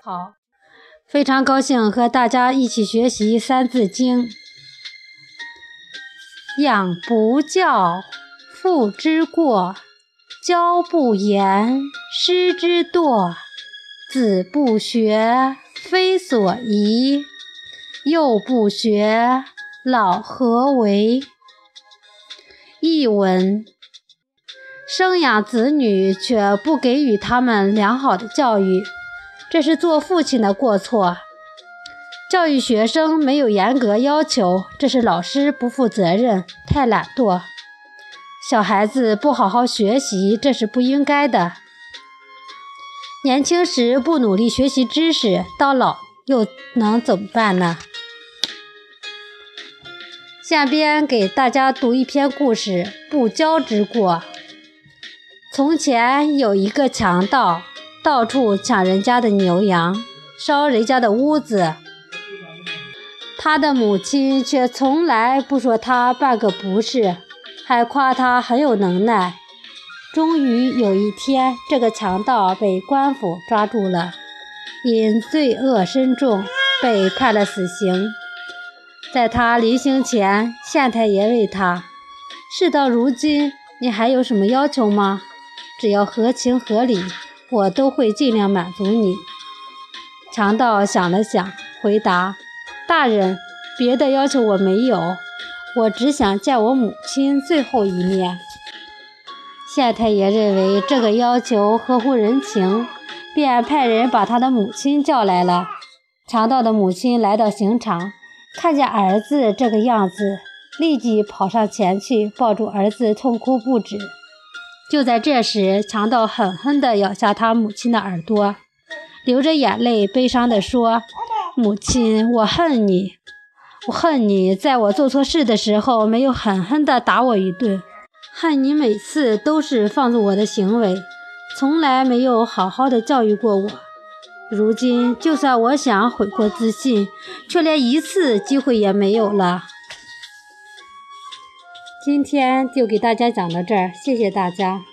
好，非常高兴和大家一起学习《三字经》。养不教，父之过；教不严，师之惰。子不学，非所宜；幼不学，老何为？译文：生养子女却不给予他们良好的教育，这是做父亲的过错；教育学生没有严格要求，这是老师不负责任，太懒惰；小孩子不好好学习，这是不应该的。年轻时不努力学习知识，到老又能怎么办呢？下边给大家读一篇故事：不教之过。从前有一个强盗，到处抢人家的牛羊，烧人家的屋子。他的母亲却从来不说他半个不是，还夸他很有能耐。终于有一天，这个强盗被官府抓住了，因罪恶深重，被判了死刑。在他临行前，县太爷问他：事到如今，你还有什么要求吗？只要合情合理，我都会尽量满足你。强盗想了想，回答：大人，别的要求我没有，我只想见我母亲最后一面。县太爷认为这个要求合乎人情，便派人把他的母亲叫来了。强盗的母亲来到刑场，看见儿子这个样子，立即跑上前去抱住儿子，痛哭不止。就在这时，强盗狠狠地咬下他母亲的耳朵，流着眼泪悲伤地说：母亲，我恨你，我恨你在我做错事的时候没有狠狠地打我一顿，恨你每次都是放纵我的行为，从来没有好好的教育过我。如今就算我想悔过自新，却连一次机会也没有了。今天就给大家讲到这儿，谢谢大家。